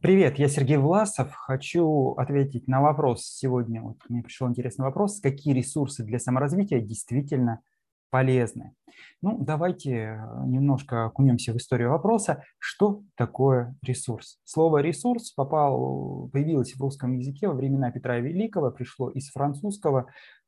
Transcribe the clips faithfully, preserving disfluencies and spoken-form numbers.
Привет, я Сергей Власов. Хочу ответить на вопрос сегодня. Вот мне пришел интересный вопрос. Какие ресурсы для саморазвития действительно полезны? Ну, давайте э, немножко окунемся в историю вопроса. Что такое ресурс? Слово «ресурс» попал, появилось в русском языке во времена Петра Великого, пришло из французского,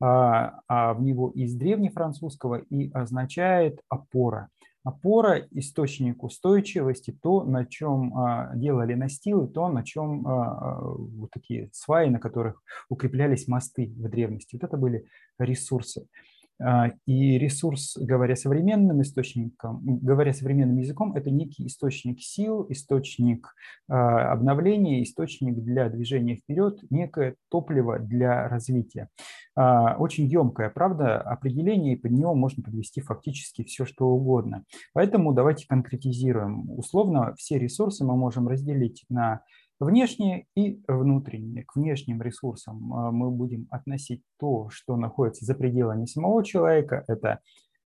а а в него из древнефранцузского и означает «опора». Опора – источник устойчивости, то, на чем а, делали настилы, то, на чем а, вот такие сваи, на которых укреплялись мосты в древности. Вот это были ресурсы. А, И ресурс, говоря современным источником, говоря современным языком, это некий источник сил, источник а, обновления, источник для движения вперед, некое топливо для развития. А, Очень емкое, правда, определение, и под него можно подвести фактически все, что угодно. Поэтому давайте конкретизируем. Условно, все ресурсы мы можем разделить на внешние и внутренние. К внешним ресурсам а, мы будем относить то, что находится за пределами самого человека. Это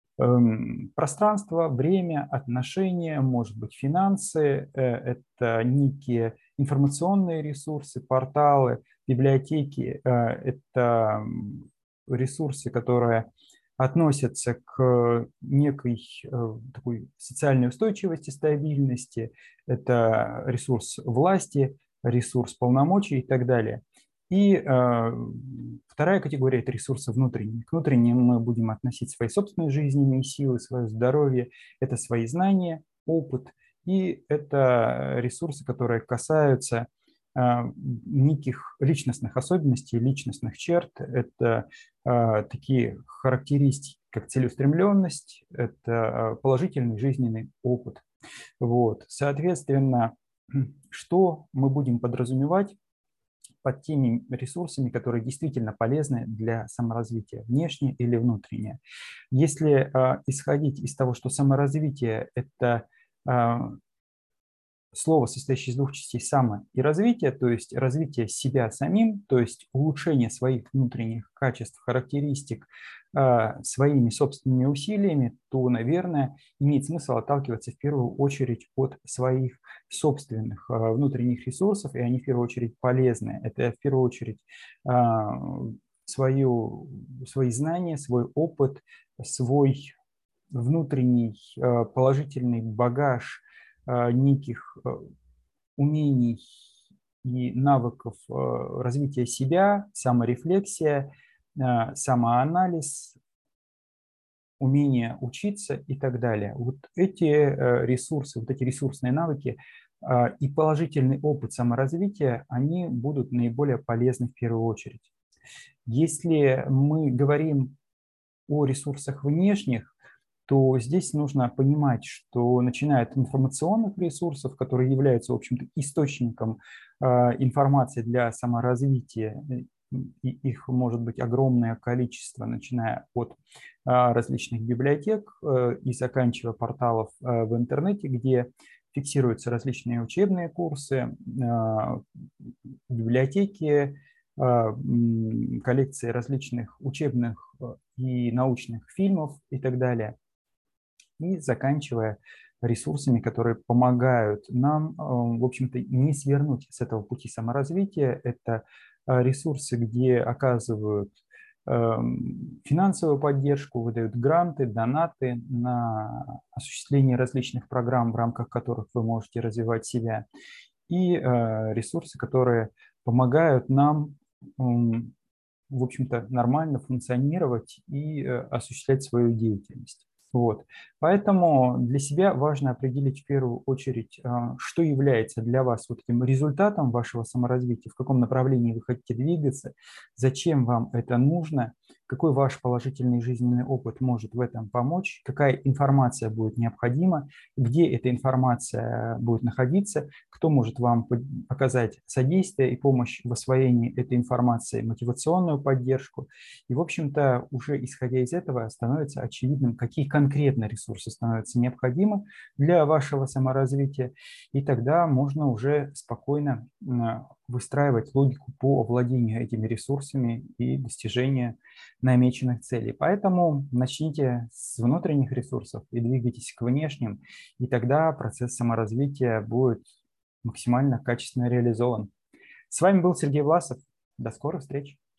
эм, пространство, время, отношения, может быть, финансы, э, это некие информационные ресурсы, порталы, библиотеки, э, это м, ресурсы, которые относятся к некой э, такой социальной устойчивости, стабильности, это ресурс власти, ресурс полномочий и так далее. И э, вторая категория – это ресурсы внутренние. К внутренним мы будем относить свои собственные жизненные силы, свое здоровье, это свои знания, опыт, и это ресурсы, которые касаются э, неких личностных особенностей, личностных черт. Это э, такие характеристики, как целеустремленность, это э, положительный жизненный опыт. Вот. Соответственно, что мы будем подразумевать под теми ресурсами, которые действительно полезны для саморазвития, внешне или внутреннее. Если э, исходить из того, что саморазвитие – это э, слово, состоящее из двух частей «само» и «развитие», то есть развитие себя самим, то есть улучшение своих внутренних качеств, характеристик э, своими собственными усилиями, то, наверное, имеет смысл отталкиваться в первую очередь от своих собственных э, внутренних ресурсов, и они в первую очередь полезны. Это в первую очередь э, свою, свои знания, свой опыт, свой внутренний э, положительный багаж э, неких э, умений и навыков э, развития себя, саморефлексия, э, самоанализ, умение учиться и так далее. Вот эти э, ресурсы, вот эти ресурсные навыки э, и положительный опыт саморазвития, они будут наиболее полезны в первую очередь. Если мы говорим о ресурсах внешних, то здесь нужно понимать, что начиная от информационных ресурсов, которые являются, в общем-то, источником э, информации для саморазвития, э, и их может быть огромное количество, начиная от э, различных библиотек э, и заканчивая порталов э, в интернете, где фиксируются различные учебные курсы, э, библиотеки, э, м, коллекции различных учебных э, и научных фильмов и так далее, и заканчивая ресурсами, которые помогают нам, э, в общем-то, не свернуть с этого пути саморазвития. Это э, ресурсы, где оказывают эм, финансовую поддержку, выдают гранты, донаты на осуществление различных программ, в рамках которых вы можете развивать себя, и э, ресурсы, которые помогают нам, м, в общем-то, нормально функционировать и э, осуществлять свою деятельность. Вот. Поэтому для себя важно определить в первую очередь, а, что является для вас вот этим результатом вашего саморазвития, в каком направлении вы хотите двигаться, зачем вам это нужно, какой ваш положительный жизненный опыт может в этом помочь, какая информация будет необходима, где эта информация будет находиться, кто может вам оказать содействие и помощь в освоении этой информации, мотивационную поддержку. И, в общем-то, уже исходя из этого становится очевидным, какие конкретно ресурсы становятся необходимы для вашего саморазвития. И тогда можно уже спокойно выстраивать логику по овладению этими ресурсами и достижению намеченных целей. Поэтому начните с внутренних ресурсов и двигайтесь к внешним, и тогда процесс саморазвития будет максимально качественно реализован. С вами был Сергей Власов. До скорых встреч.